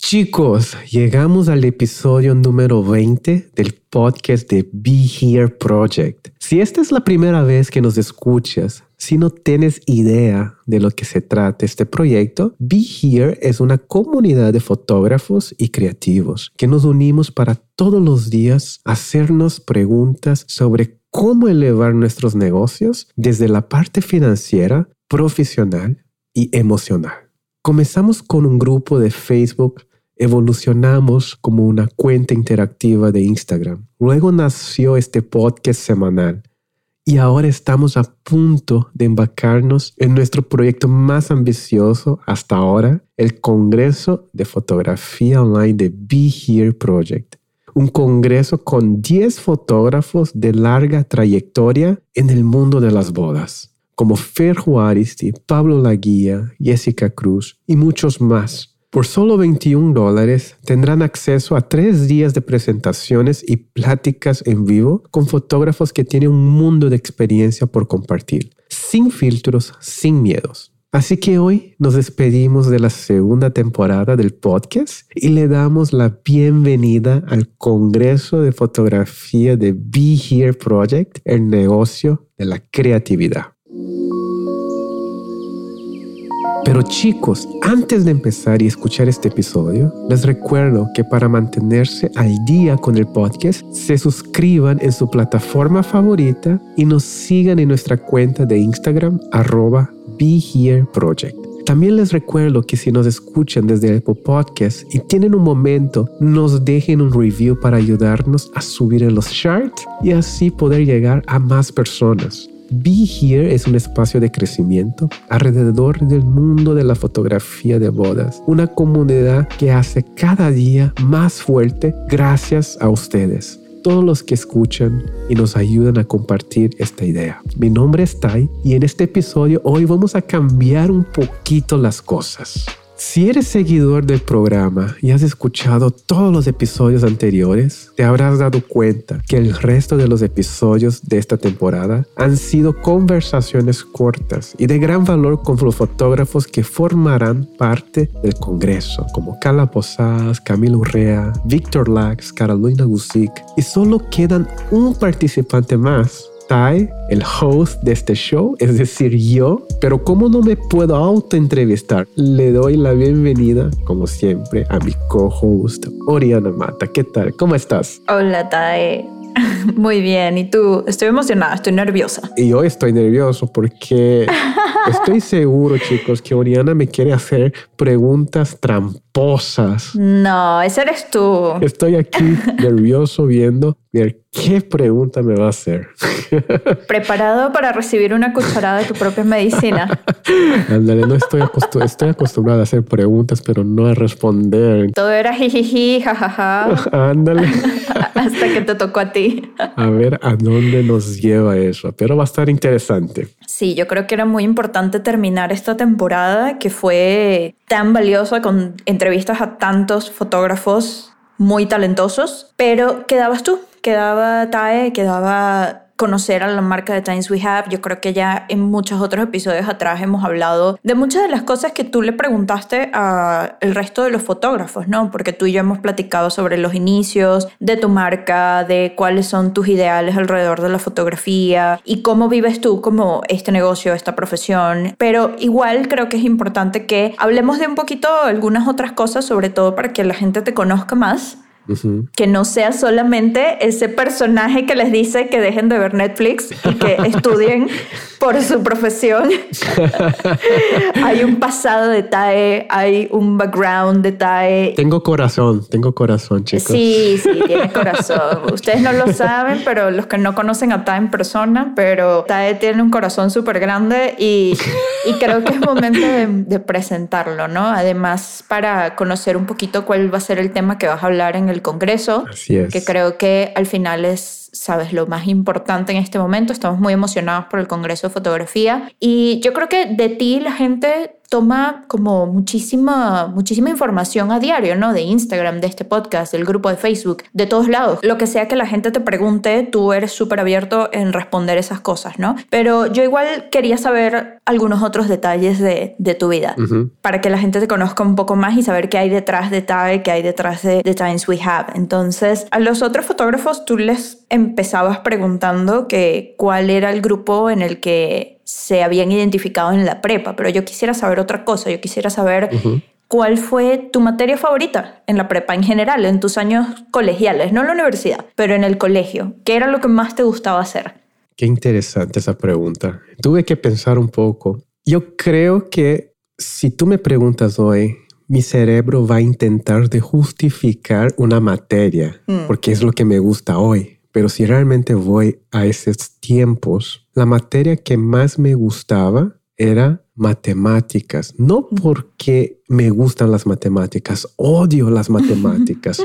Chicos, llegamos al episodio número 20 del podcast de Be Here Project. Si esta es la primera vez que nos escuchas, si no tienes idea de lo que se trata este proyecto, Be Here es una comunidad de fotógrafos y creativos que nos unimos para todos los días hacernos preguntas sobre cómo elevar nuestros negocios desde la parte financiera, profesional y emocional. Comenzamos con un grupo de Facebook, evolucionamos como una cuenta interactiva de Instagram. Luego nació este podcast semanal y ahora estamos a punto de embarcarnos en nuestro proyecto más ambicioso hasta ahora, el Congreso de Fotografía Online de Be Here Project. Un congreso con 10 fotógrafos de larga trayectoria en el mundo de las bodas, como Fer Juaristi, Pablo Laguía, Jessica Cruz y muchos más. Por solo $21 tendrán acceso a 3 días de presentaciones y pláticas en vivo con fotógrafos que tienen un mundo de experiencia por compartir, sin filtros, sin miedos. Así que hoy nos despedimos de la segunda temporada del podcast y le damos la bienvenida al Congreso de Fotografía de Be Here Project, el negocio de la creatividad. Pero chicos, antes de empezar y escuchar este episodio, les recuerdo que para mantenerse al día con el podcast, se suscriban en su plataforma favorita y nos sigan en nuestra cuenta de Instagram, @BeHereProject. También les recuerdo que si nos escuchan desde Apple Podcasts y tienen un momento, nos dejen un review para ayudarnos a subir en los charts y así poder llegar a más personas. Be Here es un espacio de crecimiento alrededor del mundo de la fotografía de bodas. Una comunidad que hace cada día más fuerte gracias a ustedes, todos los que escuchan y nos ayudan a compartir esta idea. Mi nombre es Tai y en este episodio hoy vamos a cambiar un poquito las cosas. Si eres seguidor del programa y has escuchado todos los episodios anteriores, te habrás dado cuenta que el resto de los episodios de esta temporada han sido conversaciones cortas y de gran valor con los fotógrafos que formarán parte del Congreso, como Carla Posadas, Camilo Urrea, Víctor Lax, Carolina Gusic, y solo quedan un participante más. Tai, el host de este show, es decir, yo, pero como no me puedo autoentrevistar, le doy la bienvenida, como siempre, a mi co-host, Oriana Mata. ¿Qué tal? ¿Cómo estás? Hola, Tai. Muy bien, ¿y tú? Estoy emocionada, estoy nerviosa. Y yo estoy nervioso porque estoy seguro, chicos, que Oriana me quiere hacer preguntas tramposas. No, ese eres tú. Estoy aquí nervioso viendo ver qué pregunta me va a hacer. ¿Preparado para recibir una cucharada de tu propia medicina? Ándale, no estoy acostumbrado a hacer preguntas, pero no a responder. Todo era jijiji, jajaja. Ándale. Hasta que te tocó a ti. A ver a dónde nos lleva eso, pero va a estar interesante. Sí, yo creo que era muy importante terminar esta temporada que fue tan valiosa con entrevistas a tantos fotógrafos muy talentosos, pero quedabas tú, quedaba TAE, quedaba conocer a la marca de Times We Have. Yo creo que ya en muchos otros episodios atrás hemos hablado de muchas de las cosas que tú le preguntaste al resto de los fotógrafos, ¿no? Porque tú y yo hemos platicado sobre los inicios de tu marca, de cuáles son tus ideales alrededor de la fotografía y cómo vives tú como este negocio, esta profesión. Pero igual creo que es importante que hablemos de un poquito algunas otras cosas, sobre todo para que la gente te conozca más. Uh-huh. Que no sea solamente ese personaje que les dice que dejen de ver Netflix y que estudien por su profesión. Hay un pasado de TAE, hay un background de TAE. Tengo corazón, chicos. Sí, tiene corazón. Ustedes no lo saben, pero los que no conocen a TAE en persona, pero TAE tiene un corazón súper grande y creo que es momento de presentarlo, ¿no? Además, para conocer un poquito cuál va a ser el tema que vas a hablar en el Congreso. Así es. Que creo que al final es sabes, lo más importante en este momento. Estamos muy emocionados por el Congreso de Fotografía y yo creo que de ti la gente toma como muchísima información a diario, ¿no? De Instagram, de este podcast, del grupo de Facebook, de todos lados. Lo que sea que la gente te pregunte, tú eres súper abierto en responder esas cosas, ¿no? Pero yo igual quería saber algunos otros detalles de tu vida para que la gente te conozca un poco más y saber qué hay detrás de TAE, qué hay detrás de The Times We Have. Entonces, a los otros fotógrafos tú les empezabas preguntando que cuál era el grupo en el que se habían identificado en la prepa, pero yo quisiera saber otra cosa. Yo quisiera saber cuál fue tu materia favorita en la prepa en general, en tus años colegiales, no en la universidad, pero en el colegio. ¿Qué era lo que más te gustaba hacer? Qué interesante esa pregunta. Tuve que pensar un poco. Yo creo que si tú me preguntas hoy, mi cerebro va a intentar de justificar una materia, porque es lo que me gusta hoy. Pero si realmente voy a esos tiempos, la materia que más me gustaba era matemáticas. No porque me gustan las matemáticas, odio las matemáticas.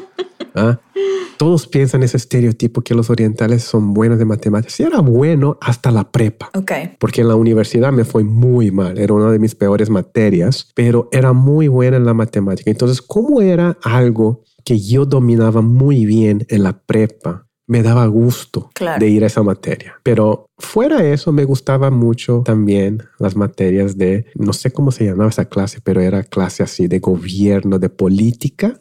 Todos piensan ese estereotipo que los orientales son buenos de matemáticas. Sí, era bueno hasta la prepa. Porque en la universidad me fue muy mal. Era una de mis peores materias, pero era muy buena en la matemática. Entonces, ¿cómo era algo que yo dominaba muy bien en la prepa? Me daba gusto de ir a esa materia. Pero fuera de eso, me gustaba mucho también las materias de, no sé cómo se llamaba esa clase, pero era clase así de gobierno, de política.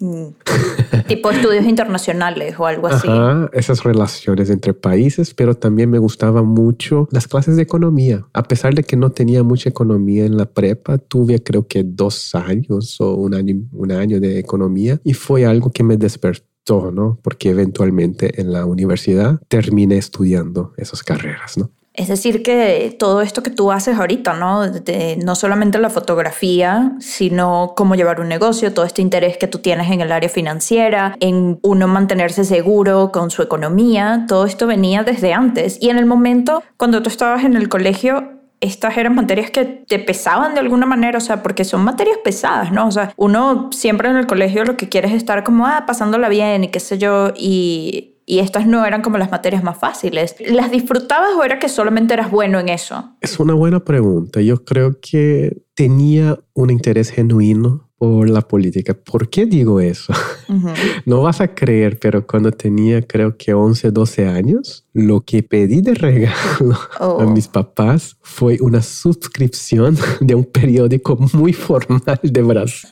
Tipo estudios internacionales o algo así. Esas relaciones entre países, pero también me gustaban mucho las clases de economía. A pesar de que no tenía mucha economía en la prepa, tuve creo que 2 años o un año de economía y fue algo que me despertó, ¿no? Porque eventualmente en la universidad terminé estudiando esas carreras, ¿no? Es decir, que todo esto que tú haces ahorita, ¿no? No solamente la fotografía, sino cómo llevar un negocio, todo este interés que tú tienes en el área financiera, en uno mantenerse seguro con su economía, todo esto venía desde antes. Y en el momento, cuando tú estabas en el colegio, estas eran materias que te pesaban de alguna manera, o sea, porque son materias pesadas, ¿no? O sea, uno siempre en el colegio lo que quiere es estar como, pasándola bien y qué sé yo, y estas no eran como las materias más fáciles. ¿Las disfrutabas o era que solamente eras bueno en eso? Es una buena pregunta. Yo creo que tenía un interés genuino por la política. ¿Por qué digo eso? No vas a creer, pero cuando tenía creo que 11, 12 años, lo que pedí de regalo a mis papás fue una suscripción de un periódico muy formal de Brasil.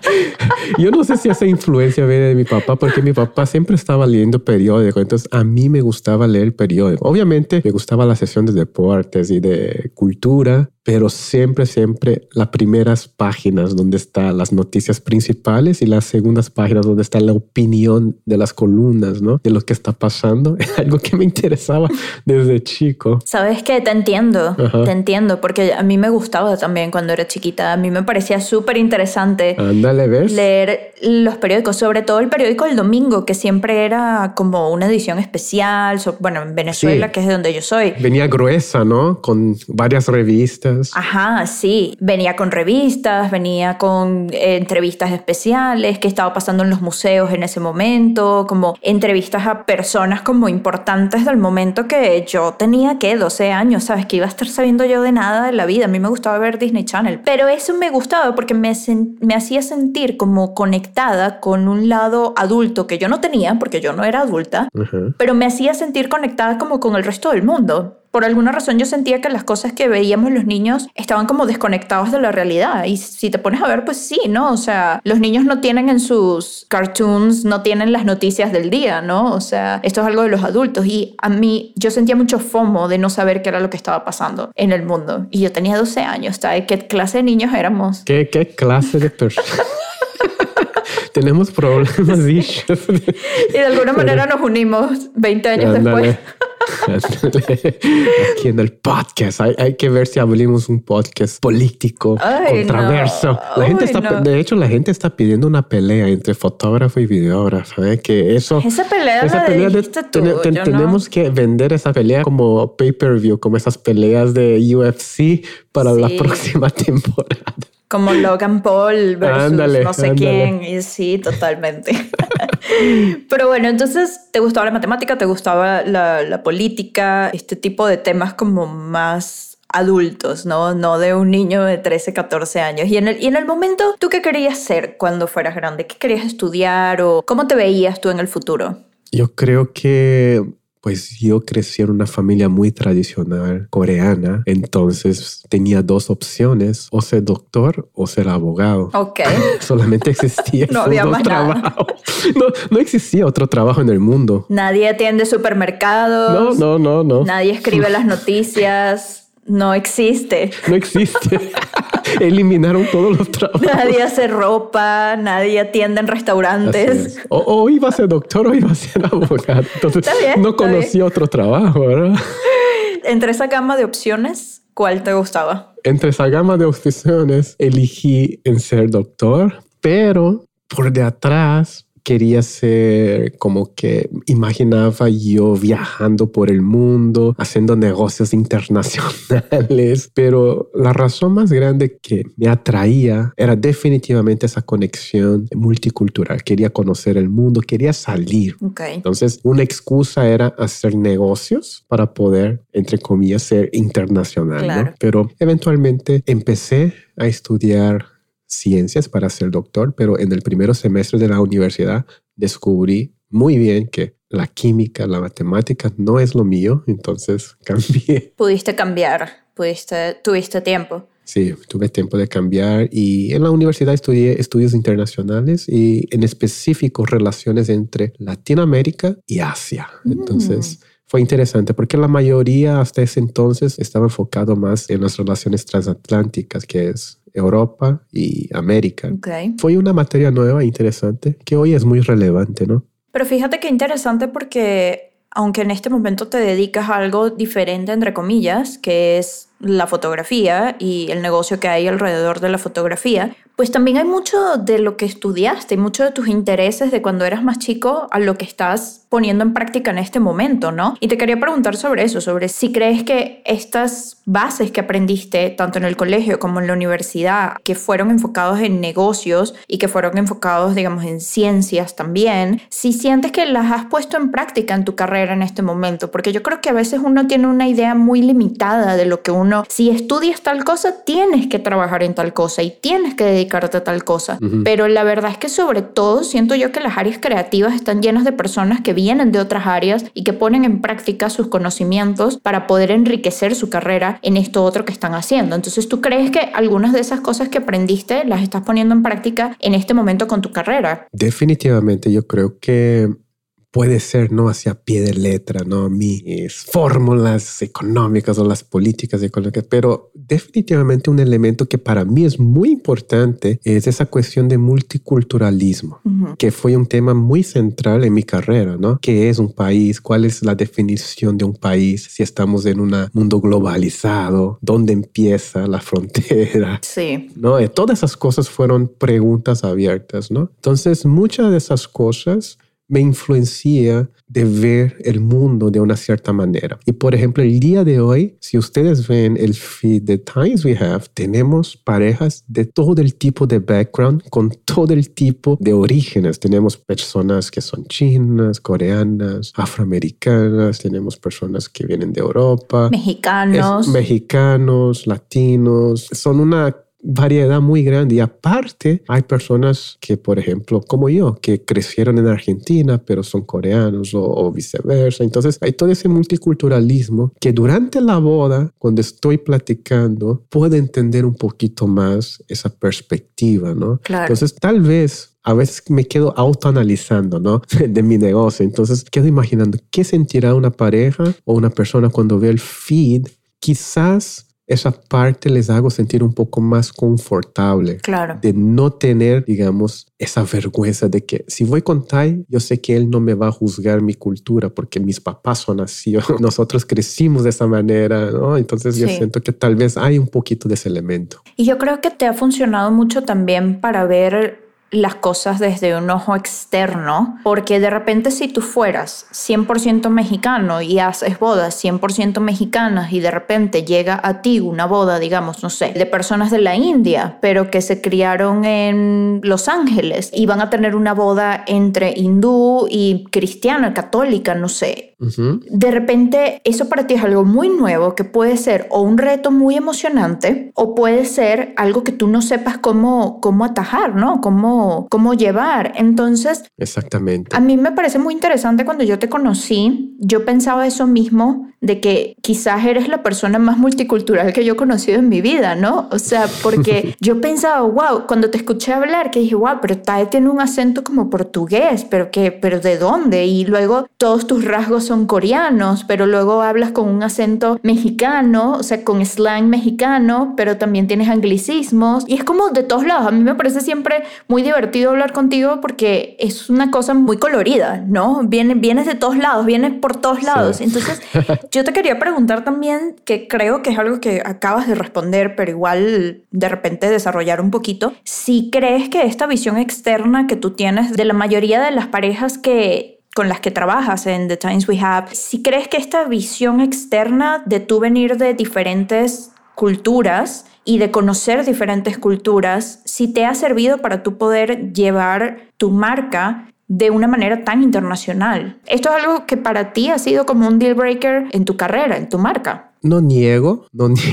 Yo no sé si esa influencia viene de mi papá, porque mi papá siempre estaba leyendo periódico, entonces a mí me gustaba leer el periódico. Obviamente me gustaba la sección de deportes y de cultura, pero siempre las primeras páginas donde están las noticias principales y las segundas páginas donde está la opinión de las columnas, ¿no? De lo que está pasando, es algo que me interesaba desde chico. ¿Sabes qué? Te entiendo, porque a mí me gustaba también cuando era chiquita. A mí me parecía súper interesante leer los periódicos, sobre todo el periódico El Domingo, que siempre era como una edición especial, bueno, en Venezuela, que es de donde yo soy. Venía gruesa, ¿no? Con varias revistas. Sí. Venía con revistas, venía con entrevistas especiales, qué estaba pasando en los museos en ese momento, como entrevistas a personas como importantes del momento, que yo tenía, 12 años, ¿sabes? Que iba a estar sabiendo yo de nada de la vida. A mí me gustaba ver Disney Channel, pero eso me gustaba porque me hacía sentir como conectada con un lado adulto que yo no tenía, porque yo no era adulta, pero me hacía sentir conectada como con el resto del mundo. Por alguna razón yo sentía que las cosas que veíamos los niños estaban como desconectados de la realidad. Y si te pones a ver, pues sí, ¿no? O sea, los niños no tienen en sus cartoons, no tienen las noticias del día, ¿no? O sea, esto es algo de los adultos. Y a mí, yo sentía mucho FOMO de no saber qué era lo que estaba pasando en el mundo. Y yo tenía 12 años, ¿sabes? ¿Qué clase de niños éramos? ¿Qué clase de personas? Tenemos problemas, issues. Y de alguna manera nos unimos 20 años después. Aquí en el podcast hay que ver si abrimos un podcast político, controverso. No. De hecho, la gente está pidiendo una pelea entre fotógrafo y videógrafo, ¿eh? Que eso, esa pelea tenemos que vender esa pelea como pay-per-view, como esas peleas de UFC para la próxima temporada. Como Logan Paul versus ándale, no sé quién. Y sí, totalmente. Pero bueno, entonces, ¿te gustaba la matemática? ¿Te gustaba la política? Este tipo de temas como más adultos, ¿no? No de un niño de 13, 14 años. Y en el momento, ¿tú qué querías ser cuando fueras grande? ¿Qué querías estudiar o cómo te veías tú en el futuro? Yo creo que pues yo crecí en una familia muy tradicional coreana, entonces tenía dos opciones, o ser doctor o ser abogado. Ok. Solamente existía No esos había dos más nada. trabajos. No existía otro trabajo en el mundo. Nadie atiende supermercados. No. Nadie escribe las noticias. No existe. No existe. Eliminaron todos los trabajos. Nadie hace ropa, nadie atiende en restaurantes. O iba a ser doctor o iba a ser abogado. Entonces Está bien, no está conocía otro trabajo, ¿verdad? Entre esa gama de opciones, ¿cuál te gustaba? Entre esa gama de opciones elegí en ser doctor, pero por de atrás quería ser como que imaginaba yo viajando por el mundo, haciendo negocios internacionales, pero la razón más grande que me atraía era definitivamente esa conexión multicultural. Quería conocer el mundo, quería salir. Okay. Entonces, una excusa era hacer negocios para poder, entre comillas, ser internacional, Claro. ¿no? Pero eventualmente empecé a estudiar ciencias para ser doctor, pero en el primer semestre de la universidad descubrí muy bien que la química, la matemática no es lo mío, entonces cambié. Pudiste cambiar, tuviste tiempo. Sí, tuve tiempo de cambiar y en la universidad estudié estudios internacionales y en específico relaciones entre Latinoamérica y Asia. Entonces fue interesante porque la mayoría hasta ese entonces estaba enfocado más en las relaciones transatlánticas, que es Europa y América. Okay. Fue una materia nueva e interesante que hoy es muy relevante, ¿no? Pero fíjate qué interesante porque aunque en este momento te dedicas a algo diferente, entre comillas, que es la fotografía y el negocio que hay alrededor de la fotografía, pues también hay mucho de lo que estudiaste y mucho de tus intereses de cuando eras más chico a lo que estás poniendo en práctica en este momento, ¿no? Y te quería preguntar sobre eso, sobre si crees que estas bases que aprendiste tanto en el colegio como en la universidad, que fueron enfocados en negocios y que fueron enfocados, digamos, en ciencias también, si sientes que las has puesto en práctica en tu carrera en este momento, porque yo creo que a veces uno tiene una idea muy limitada de lo que uno, si estudias tal cosa, tienes que trabajar en tal cosa y tienes que dedicarte a tal cosa. Pero la verdad es que sobre todo siento yo que las áreas creativas están llenas de personas que vienen de otras áreas y que ponen en práctica sus conocimientos para poder enriquecer su carrera en esto otro que están haciendo. Entonces, ¿tú crees que algunas de esas cosas que aprendiste las estás poniendo en práctica en este momento con tu carrera? Definitivamente yo creo que puede ser, ¿no? Hacia pie de letra, ¿no? Mis fórmulas económicas o las políticas económicas, pero definitivamente un elemento que para mí es muy importante es esa cuestión de multiculturalismo, que fue un tema muy central en mi carrera, ¿no? ¿Qué es un país? ¿Cuál es la definición de un país? Si estamos en un mundo globalizado, ¿dónde empieza la frontera? Sí. ¿No? Todas esas cosas fueron preguntas abiertas, ¿no? Entonces, muchas de esas cosas me influencia de ver el mundo de una cierta manera. Y por ejemplo, el día de hoy, si ustedes ven el feed de Times We Have, tenemos parejas de todo el tipo de background, con todo el tipo de orígenes. Tenemos personas que son chinas, coreanas, afroamericanas, tenemos personas que vienen de Europa. Mexicanos, latinos. Son una variedad muy grande y aparte hay personas que, por ejemplo, como yo, que crecieron en Argentina pero son coreanos o viceversa. Entonces hay todo ese multiculturalismo que durante la boda, cuando estoy platicando, puedo entender un poquito más esa perspectiva, ¿no? Claro. Entonces tal vez a veces me quedo autoanalizando, ¿no? De mi negocio. Entonces quedo imaginando qué sentirá una pareja o una persona cuando ve el feed. Quizás esa parte les hago sentir un poco más confortable. Claro. De no tener, digamos, esa vergüenza de que si voy con Tai, yo sé que él no me va a juzgar mi cultura porque mis papás son así. Nosotros crecimos de esa manera, ¿no? Entonces yo siento que tal vez hay un poquito de ese elemento. Y yo creo que te ha funcionado mucho también para ver las cosas desde un ojo externo, porque de repente si tú fueras 100% mexicano y haces bodas 100% mexicanas y de repente llega a ti una boda, digamos, no sé, de personas de la India, pero que se criaron en Los Ángeles y van a tener una boda entre hindú y cristiana, católica, no sé. De repente eso para ti es algo muy nuevo que puede ser o un reto muy emocionante o puede ser algo que tú no sepas cómo atajar, ¿no? Cómo llevar. Entonces, exactamente. A mí me parece muy interesante cuando yo te conocí, yo pensaba eso mismo, de que quizás eres la persona más multicultural que yo he conocido en mi vida, ¿no? O sea, porque yo pensaba, wow, cuando te escuché hablar, que dije, wow, pero Tae tiene un acento como portugués, pero ¿de dónde? Y luego todos tus rasgos son coreanos, pero luego hablas con un acento mexicano, o sea, con slang mexicano, pero también tienes anglicismos, y es como de todos lados. A mí me parece siempre muy divertido hablar contigo porque es una cosa muy colorida, ¿no? Vienes de todos lados, vienes por todos lados. Sí. Entonces, yo te quería preguntar también, que creo que es algo que acabas de responder, pero igual de repente desarrollar un poquito, si crees que esta visión externa que tú tienes de la mayoría de las parejas con las que trabajas en The Times We Have, si crees que esta visión externa de tú venir de diferentes culturas y de conocer diferentes culturas, si te ha servido para tú poder llevar tu marca de una manera tan internacional. ¿Esto es algo que para ti ha sido como un deal breaker en tu carrera, en tu marca? No niego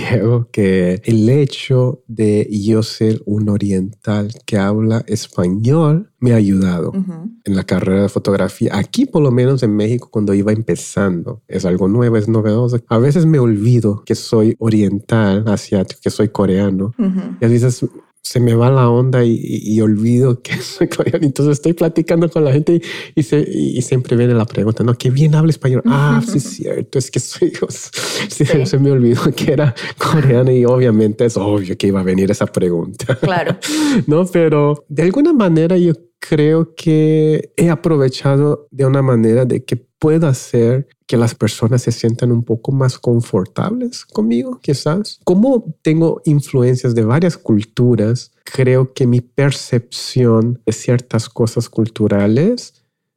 que el hecho de yo ser un oriental que habla español me ha ayudado en la carrera de fotografía. Aquí, por lo menos en México, cuando iba empezando, es algo nuevo, es novedoso. A veces me olvido que soy oriental, asiático, que soy coreano. Y a veces se me va la onda y olvido que soy coreano. Entonces estoy platicando con la gente y siempre viene la pregunta, ¿no? ¿Qué bien habla español? Sí es cierto, es que se me olvidó que era coreano y obviamente es obvio que iba a venir esa pregunta. Claro. ¿No? Pero de alguna manera yo creo que he aprovechado de una manera de que puedo hacer que las personas se sientan un poco más confortables conmigo, quizás. Como tengo influencias de varias culturas, creo que mi percepción de ciertas cosas culturales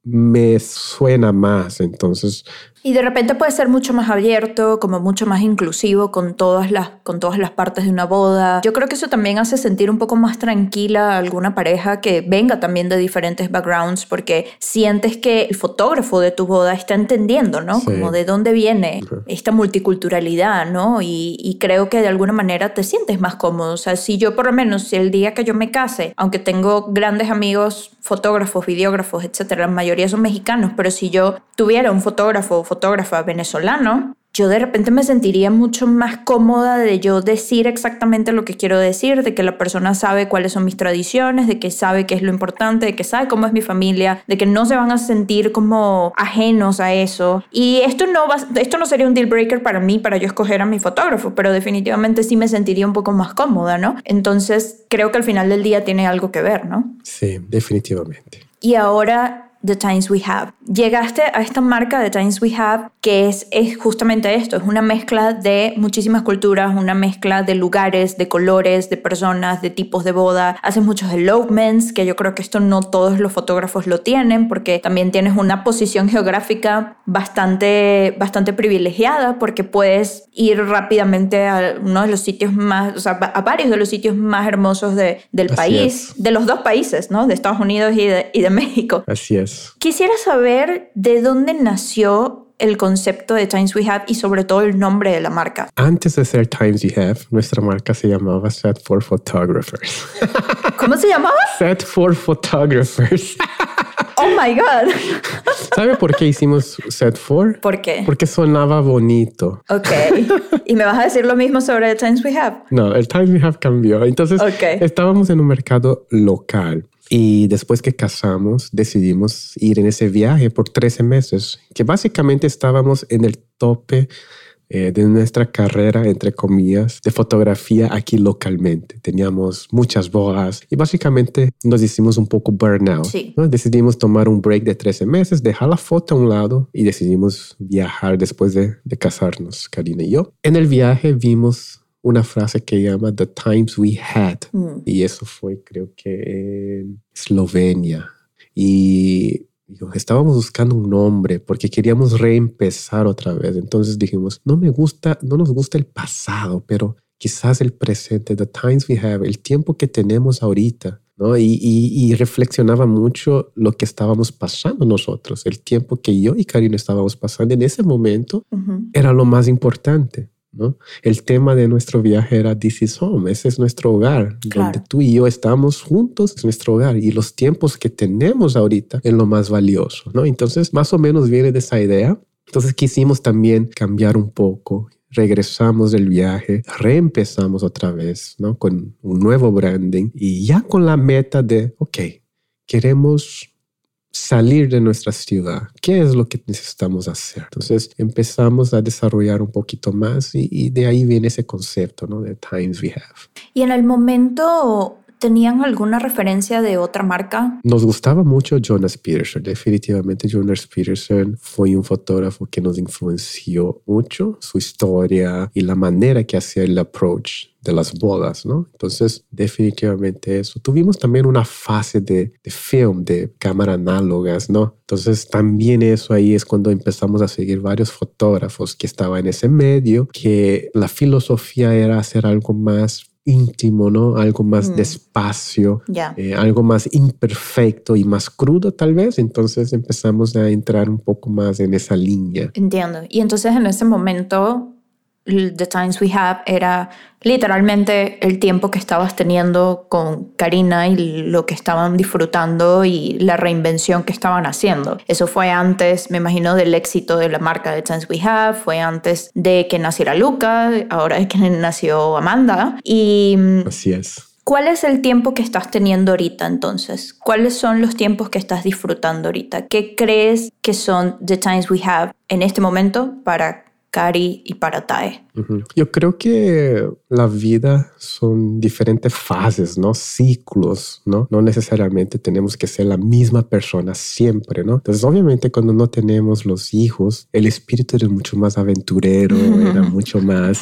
me suena más. Entonces, y de repente puede ser mucho más abierto, como mucho más inclusivo con todas las partes de una boda. Yo creo que eso también hace sentir un poco más tranquila a alguna pareja que venga también de diferentes backgrounds, porque sientes que el fotógrafo de tu boda está entendiendo, ¿no? Sí. Como de dónde viene esta multiculturalidad, ¿no? Y creo que de alguna manera te sientes más cómodo. O sea, si yo por lo menos, si el día que yo me case, aunque tengo grandes amigos fotógrafos, videógrafos, etcétera, la mayoría son mexicanos, pero si yo tuviera un fotógrafa venezolano, yo de repente me sentiría mucho más cómoda de yo decir exactamente lo que quiero decir, de que la persona sabe cuáles son mis tradiciones, de que sabe qué es lo importante, de que sabe cómo es mi familia, de que no se van a sentir como ajenos a eso. Y esto no sería un deal breaker para mí, para yo escoger a mi fotógrafo, pero definitivamente sí me sentiría un poco más cómoda, ¿no? Entonces creo que al final del día tiene algo que ver, ¿no? Sí, definitivamente. Y ahora The Times We Have. Llegaste a esta marca The Times We Have, que es justamente esto, es una mezcla de muchísimas culturas, una mezcla de lugares, de colores, de personas, de tipos de boda. Haces muchos elopements, que yo creo que esto no todos los fotógrafos lo tienen, porque también tienes una posición geográfica bastante privilegiada, porque puedes ir rápidamente a uno de los sitios más, o sea, a varios de los sitios más hermosos del país, de los dos países, ¿no? De Estados Unidos y de México. Así es. Quisiera saber de dónde nació el concepto de Times We Have y sobre todo el nombre de la marca. Antes de ser Times We Have, nuestra marca se llamaba Set for Photographers. ¿Cómo se llamaba? Set for Photographers. Oh my God. ¿Sabe por qué hicimos Set for? ¿Por qué? Porque sonaba bonito. Ok. ¿Y me vas a decir lo mismo sobre el Times We Have? No, el Times We Have cambió. Entonces, estábamos en un mercado local. Y después que casamos, decidimos ir en ese viaje por 13 meses, que básicamente estábamos en el tope de nuestra carrera, entre comillas, de fotografía aquí localmente. Teníamos muchas bodas y básicamente nos hicimos un poco burnout. Sí. ¿No? Decidimos tomar un break de 13 meses, dejar la foto a un lado y decidimos viajar después de casarnos, Karina y yo. En el viaje vimos una frase que llama The Times We Had. Y eso fue, creo que en Eslovenia. Y estábamos buscando un nombre porque queríamos reempezar otra vez. Entonces dijimos, no nos gusta el pasado, pero quizás el presente, the times we have, el tiempo que tenemos ahorita, ¿no? Y reflexionaba mucho lo que estábamos pasando nosotros, el tiempo que yo y Karina estábamos pasando en ese momento era lo más importante, ¿no? El tema de nuestro viaje era This is home, ese es nuestro hogar, donde tú y yo estamos juntos, es nuestro hogar, y los tiempos que tenemos ahorita es lo más valioso, ¿no? Entonces, más o menos viene de esa idea. Entonces quisimos también cambiar un poco. Regresamos del viaje, reempezamos otra vez, ¿no? Con un nuevo branding y ya con la meta de, ok, queremos salir de nuestra ciudad. ¿Qué es lo que necesitamos hacer? Entonces empezamos a desarrollar un poquito más y de ahí viene ese concepto, ¿no? The Times We Have. Y en el momento, ¿tenían alguna referencia de otra marca? Nos gustaba mucho Jonas Peterson. Definitivamente Jonas Peterson fue un fotógrafo que nos influenció mucho, su historia y la manera que hacía el approach de las bodas, ¿no? Entonces, definitivamente eso. Tuvimos también una fase de film, de cámara análogas, ¿no? Entonces, también eso ahí es cuando empezamos a seguir varios fotógrafos que estaban en ese medio, que la filosofía era hacer algo más íntimo, ¿no? Algo más despacio, algo más imperfecto y más crudo tal vez. Entonces empezamos a entrar un poco más en esa línea. Entiendo. Y entonces en ese momento The Times We Have era literalmente el tiempo que estabas teniendo con Karina y lo que estaban disfrutando y la reinvención que estaban haciendo. Eso fue antes, me imagino, del éxito de la marca The Times We Have, fue antes de que naciera Luca, ahora es que nació Amanda. Y así es. ¿Cuál es el tiempo que estás teniendo ahorita entonces? ¿Cuáles son los tiempos que estás disfrutando ahorita? ¿Qué crees que son The Times We Have en este momento para Kari y para Tae? Yo creo que la vida son diferentes fases, ¿no? Ciclos, ¿no? No necesariamente tenemos que ser la misma persona siempre, ¿no? Entonces, obviamente, cuando no tenemos los hijos, el espíritu era mucho más aventurero, era mucho más,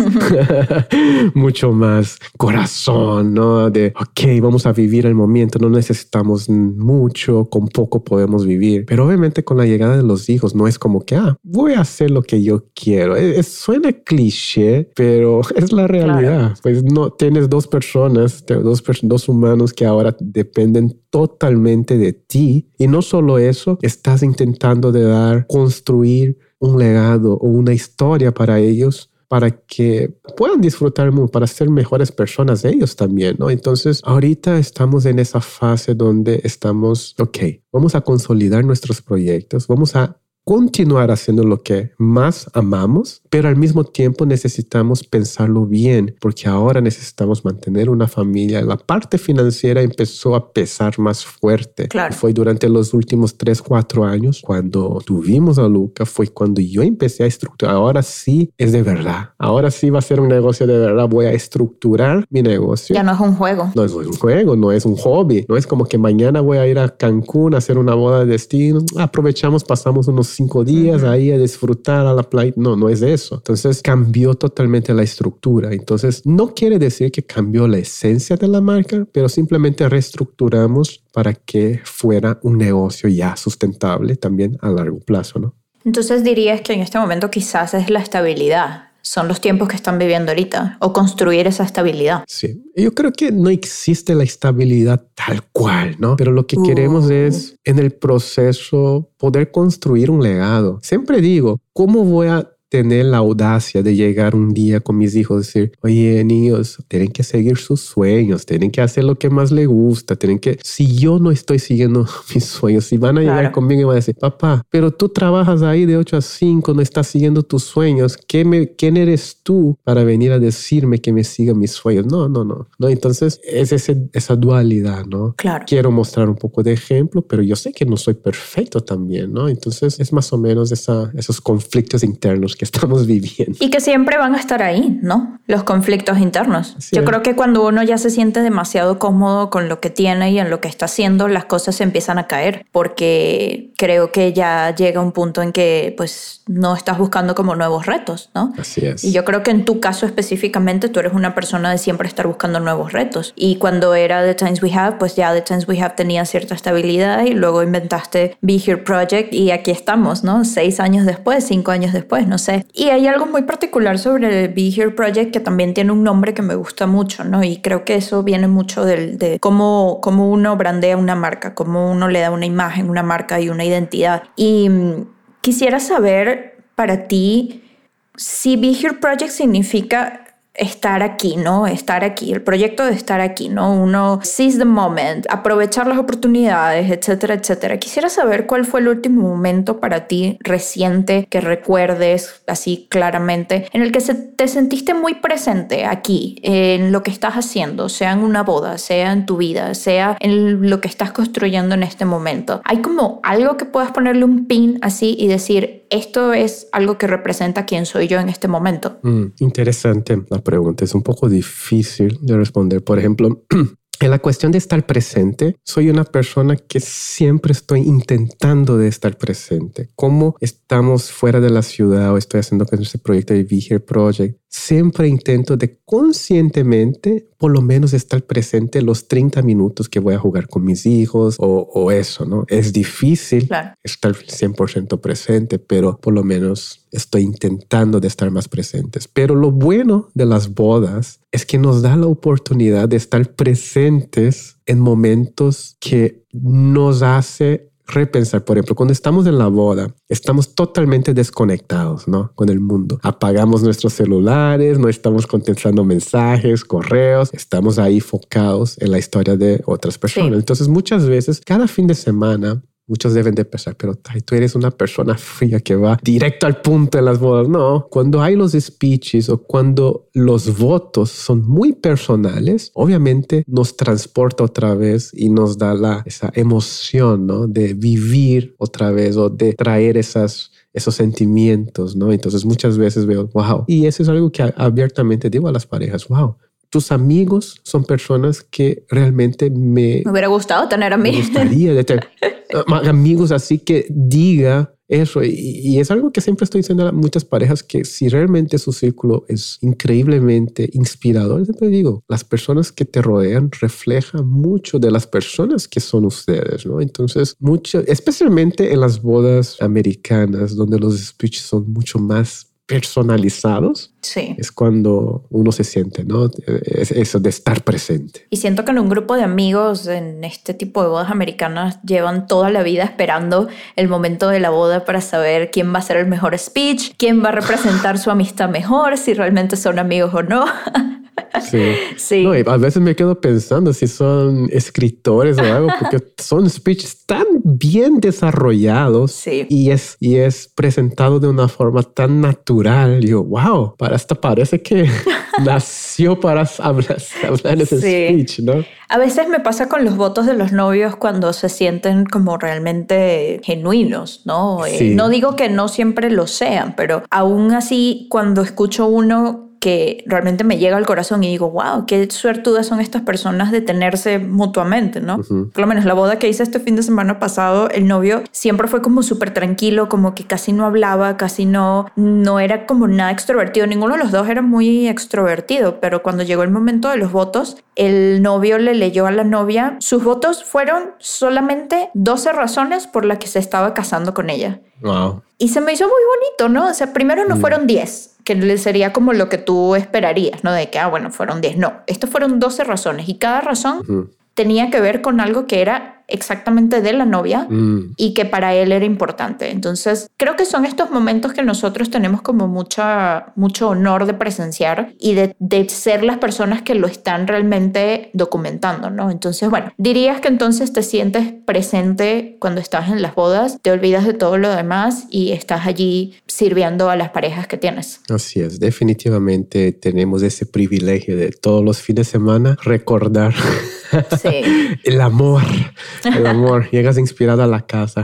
mucho más corazón, ¿no? De, ok, vamos a vivir el momento, no necesitamos mucho, con poco podemos vivir. Pero obviamente con la llegada de los hijos no es como que, voy a hacer lo que yo quiero. Suena cliché, pero es la realidad. Claro. Pues no tienes dos personas, dos humanos que ahora dependen totalmente de ti. Y no solo eso, estás intentando construir un legado o una historia para ellos, para que puedan disfrutar mucho, para ser mejores personas ellos también, ¿no? Entonces, ahorita estamos en esa fase donde estamos, ok, vamos a consolidar nuestros proyectos, vamos a continuar haciendo lo que más amamos, pero al mismo tiempo necesitamos pensarlo bien, porque ahora necesitamos mantener una familia. La parte financiera empezó a pesar más fuerte. Claro. Fue durante los últimos 3-4 años, cuando tuvimos a Luca, fue cuando yo empecé a estructurar. Ahora sí es de verdad. Ahora sí va a ser un negocio de verdad. Voy a estructurar mi negocio. Ya no es un juego. No es un juego, no es un hobby. No es como que mañana voy a ir a Cancún a hacer una boda de destino. Aprovechamos, pasamos unos 5 días ahí a disfrutar a la playa. No es eso. Entonces cambió totalmente la estructura. Entonces no quiere decir que cambió la esencia de la marca, pero simplemente reestructuramos para que fuera un negocio ya sustentable también a largo plazo, ¿no? Entonces dirías que en este momento quizás es la estabilidad. Son los tiempos que están viviendo ahorita, o construir esa estabilidad. Sí, yo creo que no existe la estabilidad tal cual, ¿no? Pero lo que queremos es, en el proceso, poder construir un legado. Siempre digo, ¿cómo voy a tener la audacia de llegar un día con mis hijos y decir, oye, niños, tienen que seguir sus sueños, tienen que hacer lo que más les gusta, si yo no estoy siguiendo mis sueños, si van a llegar conmigo y van a decir, papá, pero tú trabajas ahí de 8 a 5, no estás siguiendo tus sueños, ¿quién eres tú para venir a decirme que me siga mis sueños? No. Entonces es esa dualidad, ¿no? Claro. Quiero mostrar un poco de ejemplo, pero yo sé que no soy perfecto también, ¿no? Entonces es más o menos esos conflictos internos que que estamos viviendo. Y que siempre van a estar ahí, ¿no? Los conflictos internos. Sí. Yo creo que cuando uno ya se siente demasiado cómodo con lo que tiene y en lo que está haciendo, las cosas se empiezan a caer, porque creo que ya llega un punto en que pues no estás buscando como nuevos retos, ¿no? Así es. Y yo creo que en tu caso específicamente tú eres una persona de siempre estar buscando nuevos retos. Y cuando era The Times We Have, pues ya The Times We Have tenía cierta estabilidad y luego inventaste Be Here Project y aquí estamos, ¿no? 6 años después, 5 años después, no sé. Y hay algo muy particular sobre Be Here Project que también tiene un nombre que me gusta mucho, ¿no? Y creo que eso viene mucho de cómo uno brandea una marca, cómo uno le da una imagen, una marca y una identidad. Y quisiera saber para ti si Be Here Project significa estar aquí, ¿no? Estar aquí, el proyecto de estar aquí, ¿no? Uno seize the moment, aprovechar las oportunidades, etcétera, etcétera. Quisiera saber cuál fue el último momento para ti reciente que recuerdes así claramente, en el que te sentiste muy presente aquí, en lo que estás haciendo, sea en una boda, sea en tu vida, sea en lo que estás construyendo en este momento. ¿Hay como algo que puedas ponerle un pin así y decir, esto es algo que representa quién soy yo en este momento? Interesante la pregunta. Es un poco difícil de responder. Por ejemplo, en la cuestión de estar presente, soy una persona que siempre estoy intentando de estar presente. Como estamos fuera de la ciudad o estoy haciendo con este proyecto de Be Here Project, siempre intento de conscientemente por lo menos estar presente los 30 minutos que voy a jugar con mis hijos o eso, ¿no? Es difícil estar 100% presente, pero por lo menos estoy intentando de estar más presentes. Pero lo bueno de las bodas es que nos da la oportunidad de estar presentes en momentos que nos hace repensar. Por ejemplo, cuando estamos en la boda, estamos totalmente desconectados, ¿no? Con el mundo. Apagamos nuestros celulares, no estamos contestando mensajes, correos, estamos ahí enfocados en la historia de otras personas. Sí. Entonces, muchas veces, cada fin de semana, muchos deben de pensar, pero tú eres una persona fría que va directo al punto en las bodas. No, cuando hay los speeches o cuando los votos son muy personales, obviamente nos transporta otra vez y nos da esa emoción, ¿no? De vivir otra vez o de traer esos sentimientos, ¿no? Entonces muchas veces veo, wow. Y eso es algo que abiertamente digo a las parejas, wow. Tus amigos son personas que realmente me hubiera gustado tener amigos. Me gustaría tener amigos así que diga eso. Y es algo que siempre estoy diciendo a muchas parejas, que si realmente su círculo es increíblemente inspirador, siempre digo, las personas que te rodean reflejan mucho de las personas que son ustedes, ¿no? Entonces, especialmente en las bodas americanas, donde los speeches son mucho más personalizados, sí, es cuando uno se siente, ¿no? Es eso de estar presente. Y siento que en un grupo de amigos en este tipo de bodas americanas llevan toda la vida esperando el momento de la boda para saber quién va a hacer el mejor speech, quién va a representar su amistad mejor, si realmente son amigos o no. Sí. Sí. No, y a veces me quedo pensando si son escritores o algo, porque son speeches tan bien desarrollados, sí, y es presentado de una forma tan natural. Yo, wow, hasta parece que nació para hablar ese speech, ¿no? A veces me pasa con los votos de los novios cuando se sienten como realmente genuinos, ¿no? Sí. No digo que no siempre lo sean, pero aún así cuando escucho uno que realmente me llega al corazón y digo, wow, qué suertudas son estas personas de tenerse mutuamente, ¿no? Uh-huh. Por lo menos la boda que hice este fin de semana pasado, el novio siempre fue como súper tranquilo, como que casi no hablaba, casi no era como nada extrovertido. Ninguno de los dos era muy extrovertido, pero cuando llegó el momento de los votos, el novio le leyó a la novia. Sus votos fueron solamente 12 razones por las que se estaba casando con ella. Wow. Y se me hizo muy bonito, ¿no? O sea, primero no fueron 10, que sería como lo que tú esperarías, ¿no? De que, bueno, fueron 10. No, estos fueron 12 razones y cada razón tenía que ver con algo que era exactamente de la novia y que para él era importante. Entonces, creo que son estos momentos que nosotros tenemos como mucho honor de presenciar y de ser las personas que lo están realmente documentando, ¿no? Entonces, bueno, dirías que entonces te sientes presente cuando estás en las bodas, te olvidas de todo lo demás y estás allí sirviendo a las parejas que tienes. Así es, definitivamente tenemos ese privilegio de todos los fines de semana recordar el amor. Llegas inspirado a la casa.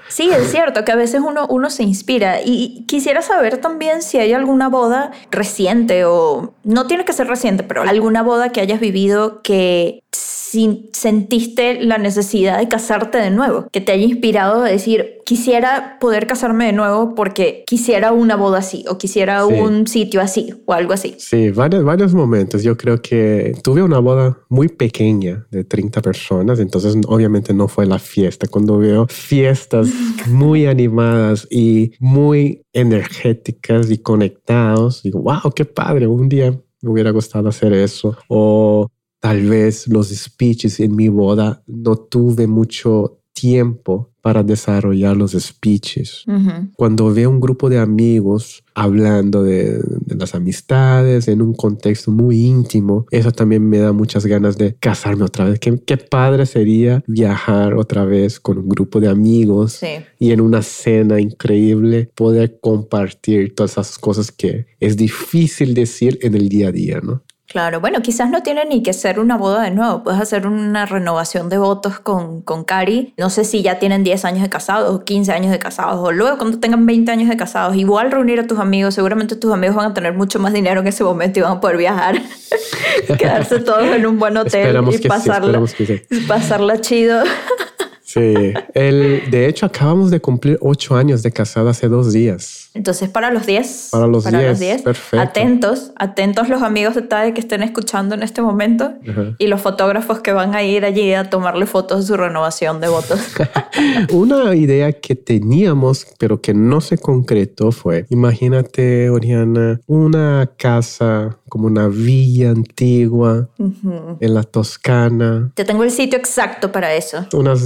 Sí, es cierto que a veces uno se inspira y quisiera saber también si hay alguna boda reciente o no tiene que ser reciente, pero alguna boda que hayas vivido que sentiste la necesidad de casarte de nuevo, que te haya inspirado a decir, quisiera poder casarme de nuevo porque quisiera una boda así o quisiera un sitio así o algo así. Sí, varios momentos. Yo creo que tuve una boda muy pequeña de 30 personas, entonces obviamente no fue la fiesta. Cuando veo fiestas muy animadas y muy energéticas y conectados, digo, wow, qué padre, un día me hubiera gustado hacer eso. O tal vez los speeches en mi boda no tuve mucho tiempo para desarrollar los speeches. Uh-huh. Cuando veo un grupo de amigos hablando de las amistades en un contexto muy íntimo, eso también me da muchas ganas de casarme otra vez. Qué padre sería viajar otra vez con un grupo de amigos y en una cena increíble poder compartir todas esas cosas que es difícil decir en el día a día, ¿no? Claro, bueno, quizás no tiene ni que ser una boda de nuevo. Puedes hacer una renovación de votos con Cari. No sé si ya tienen 10 años de casados o 15 años de casados o luego cuando tengan 20 años de casados. Igual reunir a tus amigos. Seguramente tus amigos van a tener mucho más dinero en ese momento y van a poder viajar. Quedarse todos en un buen hotel y pasarla chido. Sí, de hecho acabamos de cumplir 8 años de casado hace 2 días. Entonces para los 10. Para los 10, perfecto. Atentos los amigos de TADE que estén escuchando en este momento. Uh-huh. Y los fotógrafos que van a ir allí a tomarle fotos de su renovación de votos. Una idea que teníamos pero que no se concretó fue, imagínate, Oriana, una casa como una villa antigua en la Toscana. Te tengo el sitio exacto para eso. Unas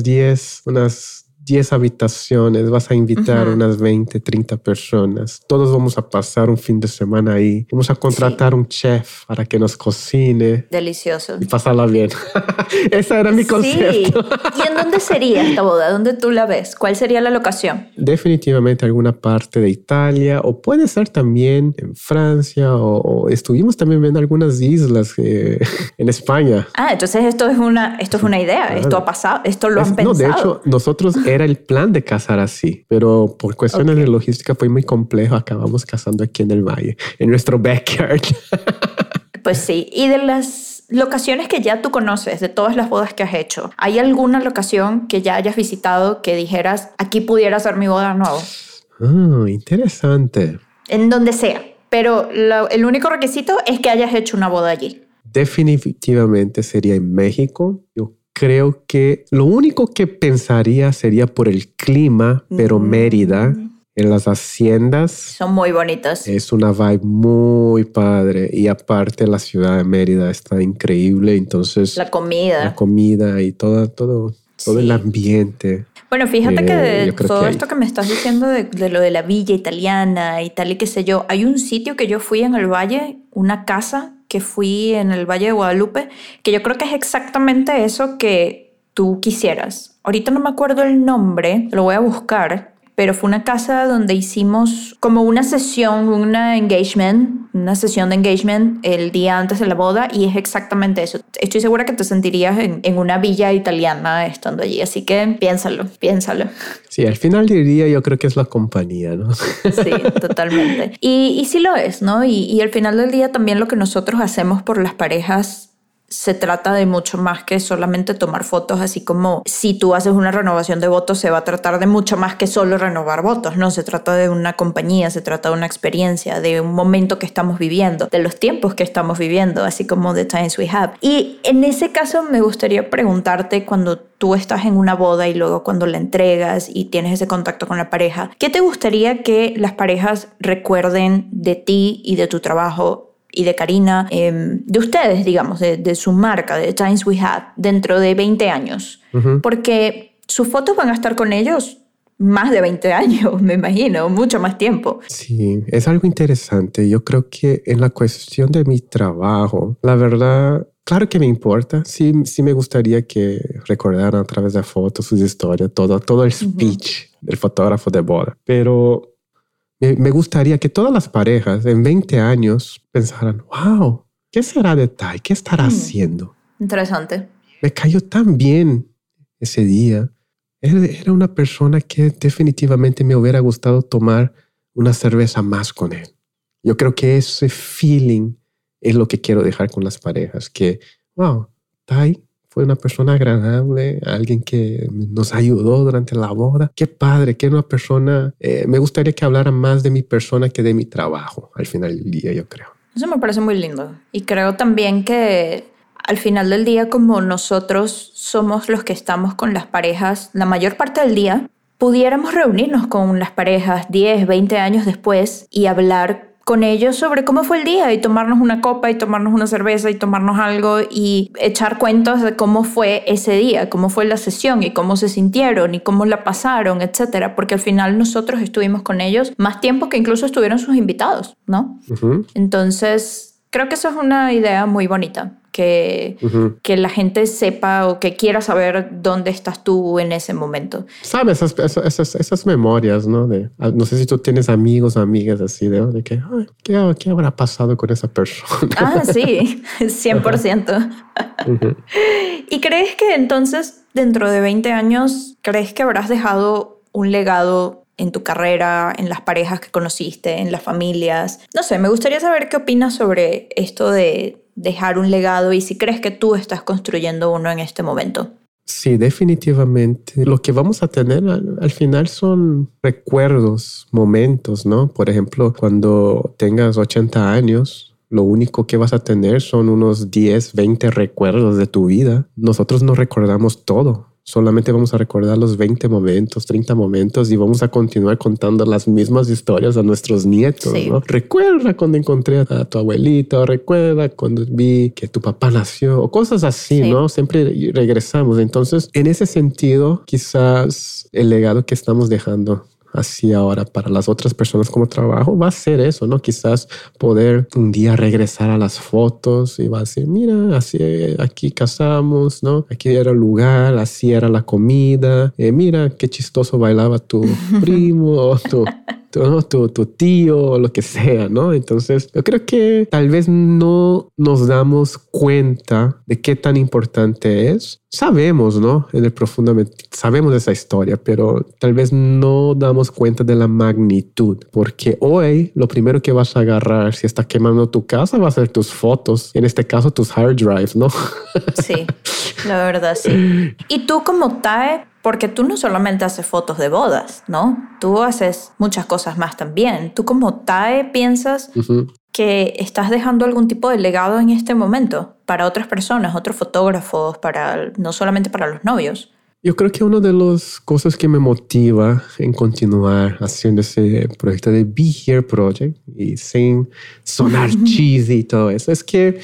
10 habitaciones, vas a invitar unas 20, 30 personas. Todos vamos a pasar un fin de semana ahí. Vamos a contratar un chef para que nos cocine. Delicioso. Y pasarla bien. Ese era mi concepto. ¿Y en dónde sería esta boda? ¿Dónde tú la ves? ¿Cuál sería la locación? Definitivamente alguna parte de Italia o puede ser también en Francia o estuvimos también viendo algunas islas en España. Entonces esto es una idea. Claro. Esto ha pasado. Esto lo han pensado. No, de hecho, nosotros era el plan de casar así, pero por cuestiones de logística fue muy complejo. Acabamos casando aquí en el valle, en nuestro backyard. Pues sí. Y de las locaciones que ya tú conoces, de todas las bodas que has hecho, ¿hay alguna locación que ya hayas visitado que dijeras, aquí pudiera ser mi boda de nuevo? Interesante. En donde sea, pero el único requisito es que hayas hecho una boda allí. Definitivamente sería en México. Yo creo que lo único que pensaría sería por el clima, pero Mérida, en las haciendas. Son muy bonitas. Es una vibe muy padre y aparte la ciudad de Mérida está increíble, entonces... La comida y todo el ambiente. Bueno, fíjate que de todo esto que me estás diciendo de lo de la villa italiana y tal y qué sé yo, hay un sitio que yo fui en el valle, una casa que fui en el Valle de Guadalupe, que yo creo que es exactamente eso que tú quisieras. Ahorita no me acuerdo el nombre, lo voy a buscar, pero fue una casa donde hicimos como una sesión una sesión de engagement el día antes de la boda y es exactamente eso. Estoy segura que te sentirías en una villa italiana estando allí, así que piénsalo. Sí, al final del día yo creo que es la compañía, ¿no? Sí, totalmente. Y sí lo es, ¿no? Y al final del día también lo que nosotros hacemos por las parejas se trata de mucho más que solamente tomar fotos, así como si tú haces una renovación de votos se va a tratar de mucho más que solo renovar votos, no, se trata de una compañía, se trata de una experiencia, de un momento que estamos viviendo, de los tiempos que estamos viviendo, así como the times we have. Y en ese caso me gustaría preguntarte, cuando tú estás en una boda y luego cuando la entregas y tienes ese contacto con la pareja, ¿qué te gustaría que las parejas recuerden de ti y de tu trabajo y de Karina, de ustedes, digamos, de su marca, de The Times We Had, dentro de 20 años? Porque sus fotos van a estar con ellos más de 20 años, me imagino, mucho más tiempo. Sí, es algo interesante. Yo creo que en la cuestión de mi trabajo, la verdad, claro que me importa. Sí me gustaría que recordaran a través de fotos, sus historias, todo el speech del fotógrafo de boda. Pero me gustaría que todas las parejas en 20 años pensaran, wow, ¿qué será de Tai? ¿Qué estará haciendo? Interesante. Me cayó tan bien ese día. Era una persona que definitivamente me hubiera gustado tomar una cerveza más con él. Yo creo que ese feeling es lo que quiero dejar con las parejas, que, wow, Tai fue una persona agradable, alguien que nos ayudó durante la boda. Qué padre, que era una persona... me gustaría que hablara más de mi persona que de mi trabajo al final del día, yo creo. Eso me parece muy lindo. Y creo también que al final del día, como nosotros somos los que estamos con las parejas la mayor parte del día, pudiéramos reunirnos con las parejas 10, 20 años después y hablar con ellos sobre cómo fue el día y tomarnos una copa y tomarnos una cerveza y tomarnos algo y echar cuentos de cómo fue ese día, cómo fue la sesión y cómo se sintieron y cómo la pasaron, etcétera, porque al final nosotros estuvimos con ellos más tiempo que incluso estuvieron sus invitados, ¿no? Uh-huh. Entonces, creo que eso es una idea muy bonita. Que la gente sepa o que quiera saber dónde estás tú en ese momento. ¿Sabes? Esas memorias, ¿no? No sé si tú tienes amigos o amigas así, de que, ay, ¿qué habrá pasado con esa persona? Ah, sí, 100%. Uh-huh. ¿Y crees que entonces, dentro de 20 años, crees que habrás dejado un legado en tu carrera, en las parejas que conociste, en las familias? No sé, me gustaría saber qué opinas sobre esto de dejar un legado y si crees que tú estás construyendo uno en este momento. Sí, definitivamente. Lo que vamos a tener al final son recuerdos, momentos, ¿no? Por ejemplo, cuando tengas 80 años, lo único que vas a tener son unos 10, 20 recuerdos de tu vida. Nosotros no recordamos todo. Solamente vamos a recordar los 20 momentos, 30 momentos y vamos a continuar contando las mismas historias a nuestros nietos, sí. ¿No? Recuerda cuando encontré a tu abuelito, recuerda cuando vi que tu papá nació, o cosas así, sí. ¿No? Siempre regresamos. Entonces, en ese sentido, quizás el legado que estamos dejando así ahora para las otras personas como trabajo va a ser eso, ¿no? Quizás poder un día regresar a las fotos y va a decir, mira, así aquí casamos, ¿no? Aquí era el lugar, así era la comida, mira qué chistoso bailaba tu primo o tu tío o lo que sea, ¿no? Entonces yo creo que tal vez no nos damos cuenta de qué tan importante es. Sabemos, ¿no? Profundamente sabemos esa historia, pero tal vez no damos cuenta de la magnitud, porque hoy lo primero que vas a agarrar si está quemando tu casa va a ser tus fotos, en este caso tus hard drives, ¿no? Sí, la verdad sí. Y tú como TAE, porque tú no solamente haces fotos de bodas, ¿no? Tú haces muchas cosas más también. Tú como TAE piensas que estás dejando algún tipo de legado en este momento para otras personas, otros fotógrafos, no solamente para los novios. Yo creo que una de las cosas que me motiva en continuar haciendo ese proyecto de Be Here Project y sin sonar cheesy y todo eso, es que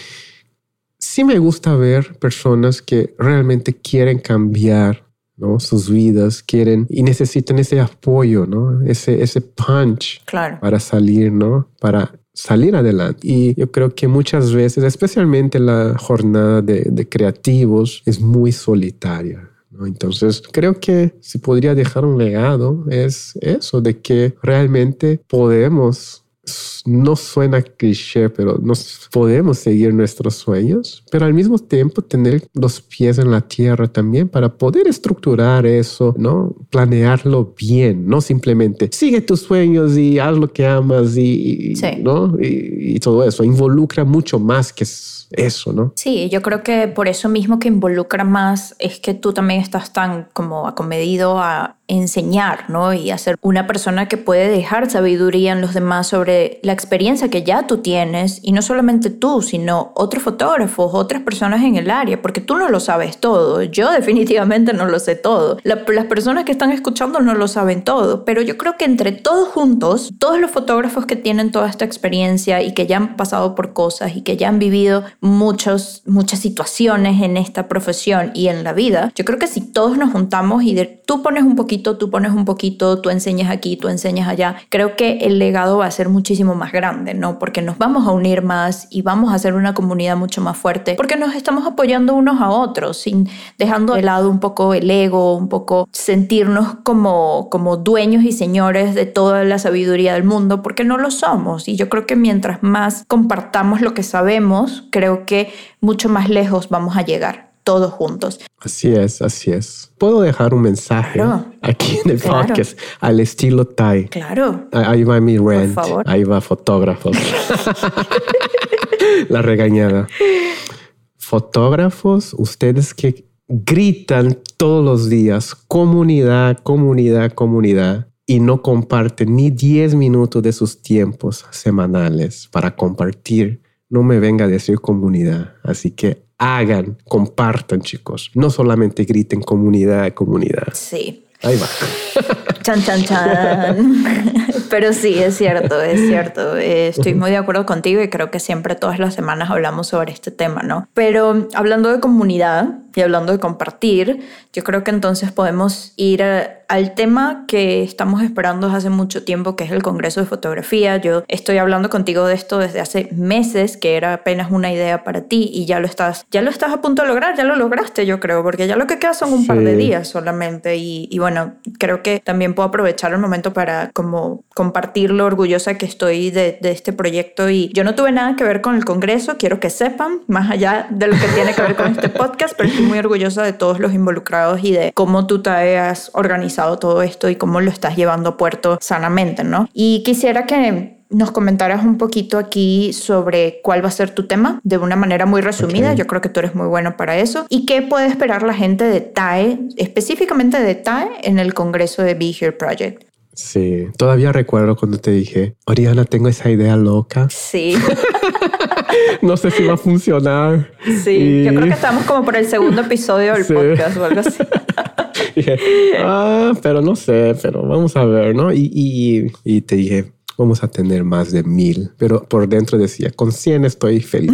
sí me gusta ver personas que realmente quieren cambiar, ¿no? Sus vidas, quieren y necesitan ese apoyo, ¿no? Ese punch, claro, para salir, ¿no? Para salir adelante. Y yo creo que muchas veces, especialmente la jornada de creativos, es muy solitaria, ¿no? Entonces, creo que si podría dejar un legado es eso, de que realmente podemos, no suena cliché, pero nos podemos seguir nuestros sueños, pero al mismo tiempo tener los pies en la tierra también para poder estructurar eso, ¿no? Planearlo bien, no simplemente sigue tus sueños y haz lo que amas sí. ¿No? Y todo eso involucra mucho más que eso, ¿no? Sí, yo creo que por eso mismo que involucra más es que tú también estás tan como acomedido a enseñar, ¿no? Y a ser una persona que puede dejar sabiduría en los demás sobre la experiencia que ya tú tienes, y no solamente tú, sino otros fotógrafos, otras personas en el área, porque tú no lo sabes todo. Yo definitivamente no lo sé todo. Las personas que están escuchando no lo saben todo, pero yo creo que entre todos juntos, todos los fotógrafos que tienen toda esta experiencia y que ya han pasado por cosas y que ya han vivido muchas situaciones en esta profesión y en la vida, yo creo que si todos nos juntamos y tú pones un poquito, tú enseñas aquí, tú enseñas allá, creo que el legado va a ser muchísimo más grande, ¿no? Porque nos vamos a unir más y vamos a hacer una comunidad mucho más fuerte, porque nos estamos apoyando unos a otros, dejando de lado un poco el ego, un poco sentirnos como dueños y señores de toda la sabiduría del mundo, porque no lo somos. Y yo creo que mientras más compartamos lo que sabemos, creo que mucho más lejos vamos a llegar. todos juntos. Así es, así es. Puedo dejar un mensaje aquí en el podcast al estilo Ty. Claro. Ahí va mi rant. Por favor. Ahí va fotógrafos. La regañada. Fotógrafos, ustedes que gritan todos los días, comunidad, comunidad, comunidad, y no comparten ni 10 minutos de sus tiempos semanales para compartir, no me venga a decir comunidad. Así que compartan, chicos. No solamente griten comunidad, comunidad. Sí. Ahí va. Chan, chan, chan. Pero sí, es cierto, es cierto. Estoy muy de acuerdo contigo y creo que siempre todas las semanas hablamos sobre este tema, ¿no? Pero hablando de comunidad y hablando de compartir, yo creo que entonces podemos ir al tema que estamos esperando desde hace mucho tiempo, que es el Congreso de Fotografía. Yo estoy hablando contigo de esto desde hace meses, que era apenas una idea para ti y ya lo estás a punto de lograr, ya lo lograste, yo creo, porque ya lo que queda son un par de días solamente y bueno, creo que también puedo aprovechar el momento para como compartir lo orgullosa que estoy de este proyecto. Y yo no tuve nada que ver con el Congreso, quiero que sepan, más allá de lo que tiene que ver con este podcast, pero estoy muy orgullosa de todos los involucrados y de cómo tú te has organizado todo esto y cómo lo estás llevando a puerto sanamente, ¿no? Y quisiera que nos comentaras un poquito aquí sobre cuál va a ser tu tema de una manera muy resumida. Okay. Yo creo que tú eres muy bueno para eso. ¿Y qué puede esperar la gente de TAE, específicamente de TAE, en el Congreso de Be Here Project? Sí, todavía recuerdo cuando te dije, Oriana, tengo esa idea loca. Sí. No sé si va a funcionar. Sí, yo creo que estamos como por el segundo episodio del podcast o algo así. Dije, pero no sé, pero vamos a ver, ¿no? Y te dije, vamos a tener más de 1000. Pero por dentro decía, con 100 estoy feliz.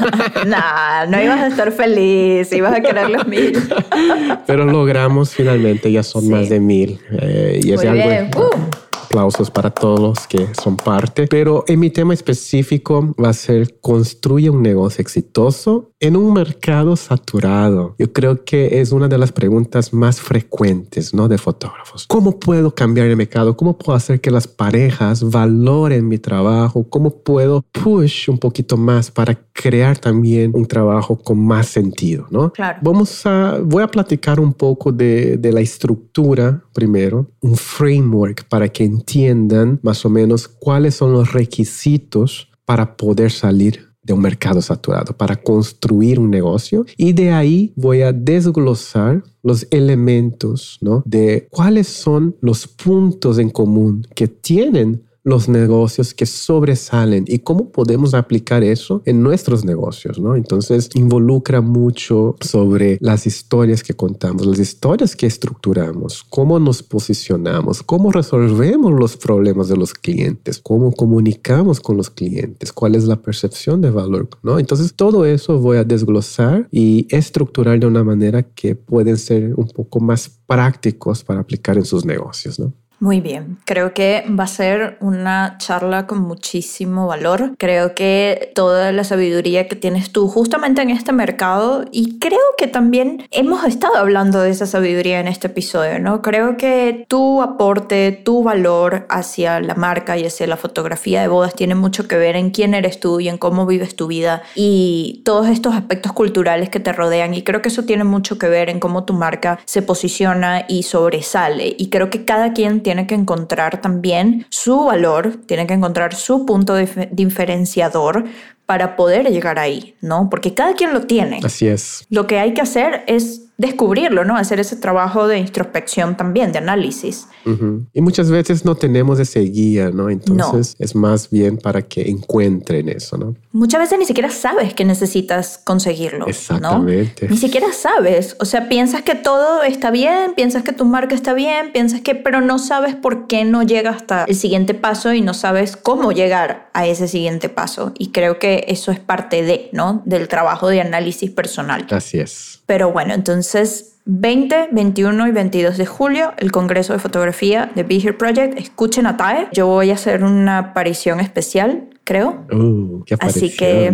No ibas a estar feliz, ibas a querer los 1000. Pero logramos finalmente, ya son más de 1000. Y es muy algo... bien. Aplausos para todos los que son parte. Pero en mi tema específico va a ser construye un negocio exitoso en un mercado saturado. Yo creo que es una de las preguntas más frecuentes, ¿no? De fotógrafos. ¿Cómo puedo cambiar el mercado? ¿Cómo puedo hacer que las parejas valoren mi trabajo? ¿Cómo puedo push un poquito más para crear también un trabajo con más sentido, ¿no? Claro. Voy a platicar un poco de la estructura primero, un framework para que entiendan más o menos cuáles son los requisitos para poder salir de un mercado saturado, para construir un negocio. Y de ahí voy a desglosar los elementos, ¿no? De cuáles son los puntos en común que tienen los negocios que sobresalen y cómo podemos aplicar eso en nuestros negocios, ¿no? Entonces involucra mucho sobre las historias que contamos, las historias que estructuramos, cómo nos posicionamos, cómo resolvemos los problemas de los clientes, cómo comunicamos con los clientes, cuál es la percepción de valor, ¿no? Entonces todo eso voy a desglosar y estructurar de una manera que pueden ser un poco más prácticos para aplicar en sus negocios, ¿no? Muy bien, creo que va a ser una charla con muchísimo valor. Creo que toda la sabiduría que tienes tú justamente en este mercado, y creo que también hemos estado hablando de esa sabiduría en este episodio, ¿no? Creo que tu aporte, tu valor hacia la marca y hacia la fotografía de bodas tiene mucho que ver en quién eres tú y en cómo vives tu vida y todos estos aspectos culturales que te rodean, y creo que eso tiene mucho que ver en cómo tu marca se posiciona y sobresale, y creo que cada quien tiene que encontrar también su valor, tiene que encontrar su punto diferenciador para poder llegar ahí, ¿no? Porque cada quien lo tiene. Así es. Lo que hay que hacer es descubrirlo, ¿no? Hacer ese trabajo de introspección también, de análisis. Uh-huh. Y muchas veces no tenemos ese guía, ¿no? Entonces es más bien para que encuentren eso, ¿no? Muchas veces ni siquiera sabes que necesitas conseguirlo, exactamente, ¿no? Ni siquiera sabes. O sea, piensas que todo está bien, piensas que tu marca está bien, pero no sabes por qué no llega hasta el siguiente paso y no sabes cómo llegar a ese siguiente paso. Y creo que eso es parte ¿no? Del trabajo de análisis personal. Así es. Pero bueno, entonces 20, 21 y 22 de julio, el Congreso de Fotografía de Be Here Project. Escuchen a TAE. Yo voy a hacer una aparición especial, creo. ¡Qué aparición! Así que,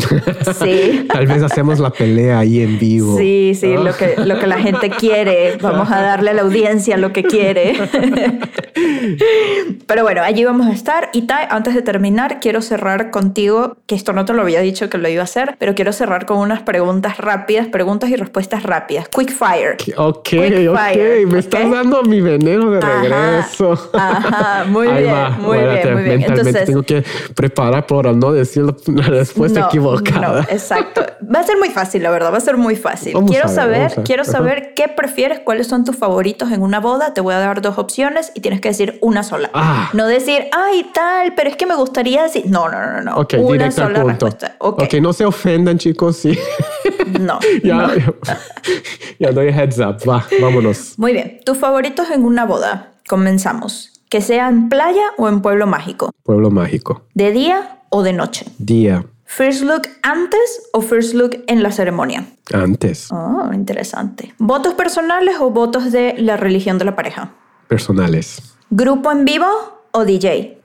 sí. Tal vez hacemos la pelea ahí en vivo. Sí, ¿no? lo que la gente quiere. Vamos a darle a la audiencia lo que quiere. Pero bueno, allí vamos a estar. Y Tai, antes de terminar, quiero cerrar contigo, que esto no te lo había dicho que lo iba a hacer, pero quiero cerrar con unas preguntas rápidas, preguntas y respuestas rápidas. Quick fire. Ok. Me estás dando mi veneno de regreso. Ajá, muy bien. Mentalmente entonces, tengo que preparar para no decir la respuesta equivocada. No, exacto. Va a ser muy fácil, la verdad, va a ser muy fácil. Quiero saber qué prefieres, cuáles son tus favoritos en una boda. Te voy a dar 2 opciones y tienes que decir una sola. No decir, ay, tal, pero es que me gustaría decir... No. Ok, una sola respuesta. Ok, no se ofendan, chicos, sí. No. Ya doy heads up. Vámonos. Muy bien. Tus favoritos en una boda. Comenzamos. Que sea en playa o en pueblo mágico. Pueblo mágico. ¿De día o de noche? Día. ¿First look antes o first look en la ceremonia? Antes. Oh, interesante. ¿Votos personales o votos de la religión de la pareja? Personales. ¿Grupo en vivo o DJ?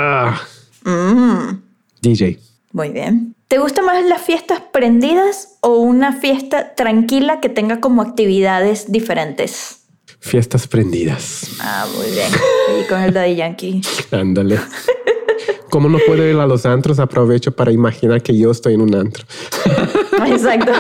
DJ. Muy bien. ¿Te gustan más las fiestas prendidas o una fiesta tranquila que tenga como actividades diferentes? Fiestas prendidas. Muy bien. Y con el Daddy Yankee. Ándale. Como no puedo ir a los antros, aprovecho para imaginar que yo estoy en un antro. Exacto.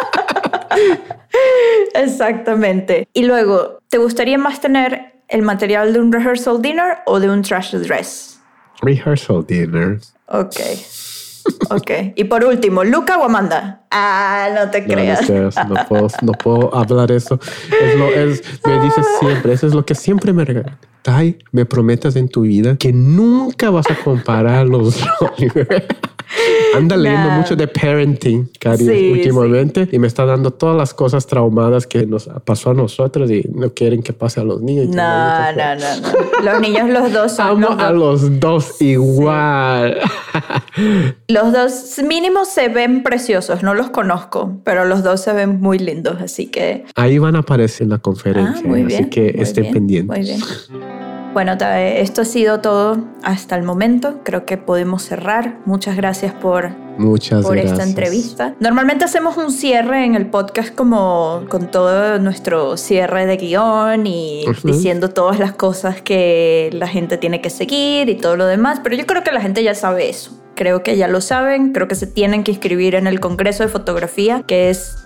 Exactamente. Y luego, ¿te gustaría más tener el material de un rehearsal dinner o de un trash dress? Rehearsal dinner. Ok. Y por último, ¿Luca o Amanda? No te creas. No puedo hablar eso. Me dices siempre, eso es lo que siempre me regalan. Tai, me prometas en tu vida que nunca vas a comparar los roles. Anda leyendo mucho de parenting, Cari, últimamente, y me está dando todas las cosas traumadas que nos pasó a nosotros y no quieren que pase a los niños. No. Los niños, los dos son... Amo a los dos igual. Los dos mínimo se ven preciosos, no los conozco, pero los dos se ven muy lindos, así que... Ahí van a aparecer en la conferencia, muy bien, así que estén pendientes. Muy bien. Bueno, esto ha sido todo hasta el momento. Creo que podemos cerrar. Muchas gracias por esta entrevista. Normalmente hacemos un cierre en el podcast como con todo nuestro cierre de guión y diciendo todas las cosas que la gente tiene que seguir y todo lo demás, pero yo creo que la gente ya sabe eso. Creo que ya lo saben, creo que se tienen que inscribir en el Congreso de Fotografía, que es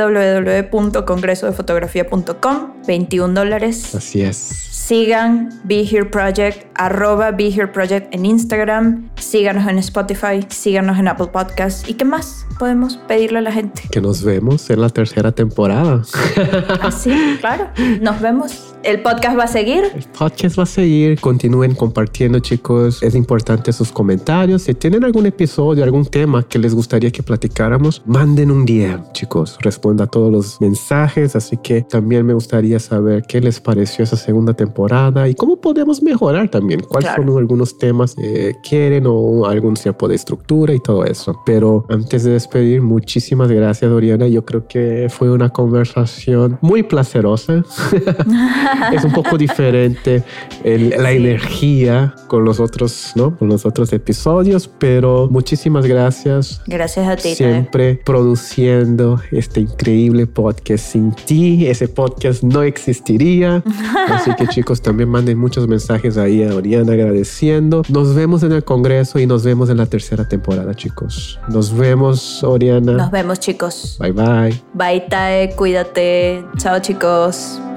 www.congresodefotografia.com, $21. Así es. Sigan Be Here Project, @BeHereProject en Instagram, síganos en Spotify, síganos en Apple Podcasts. ¿Y qué más podemos pedirle a la gente? Que nos vemos en la 3ª temporada. Sí, claro. Nos vemos. ¿El podcast va a seguir? El podcast va a seguir. Continúen compartiendo, chicos. Es importante sus comentarios. Si tienen algún episodio, algún tema que les gustaría que platicáramos, manden un DM, chicos. Responda a todos los mensajes. Así que también me gustaría saber qué les pareció esa 2ª temporada y cómo podemos mejorar también. ¿Cuáles son algunos temas que quieren o algún tipo de estructura y todo eso? Pero antes de despedir, muchísimas gracias, Oriana. Yo creo que fue una conversación muy placerosa. Es un poco diferente la energía con los otros, ¿no? Con los otros episodios, pero muchísimas gracias. Gracias a ti. Siempre produciendo este increíble podcast. Sin ti, ese podcast no existiría. Así que, chicos, también manden muchos mensajes ahí a Oriana agradeciendo. Nos vemos en el Congreso y nos vemos en la 3ª temporada, chicos. Nos vemos, Oriana. Nos vemos, chicos. Bye, bye. Bye, Tae. Cuídate. Chao, chicos.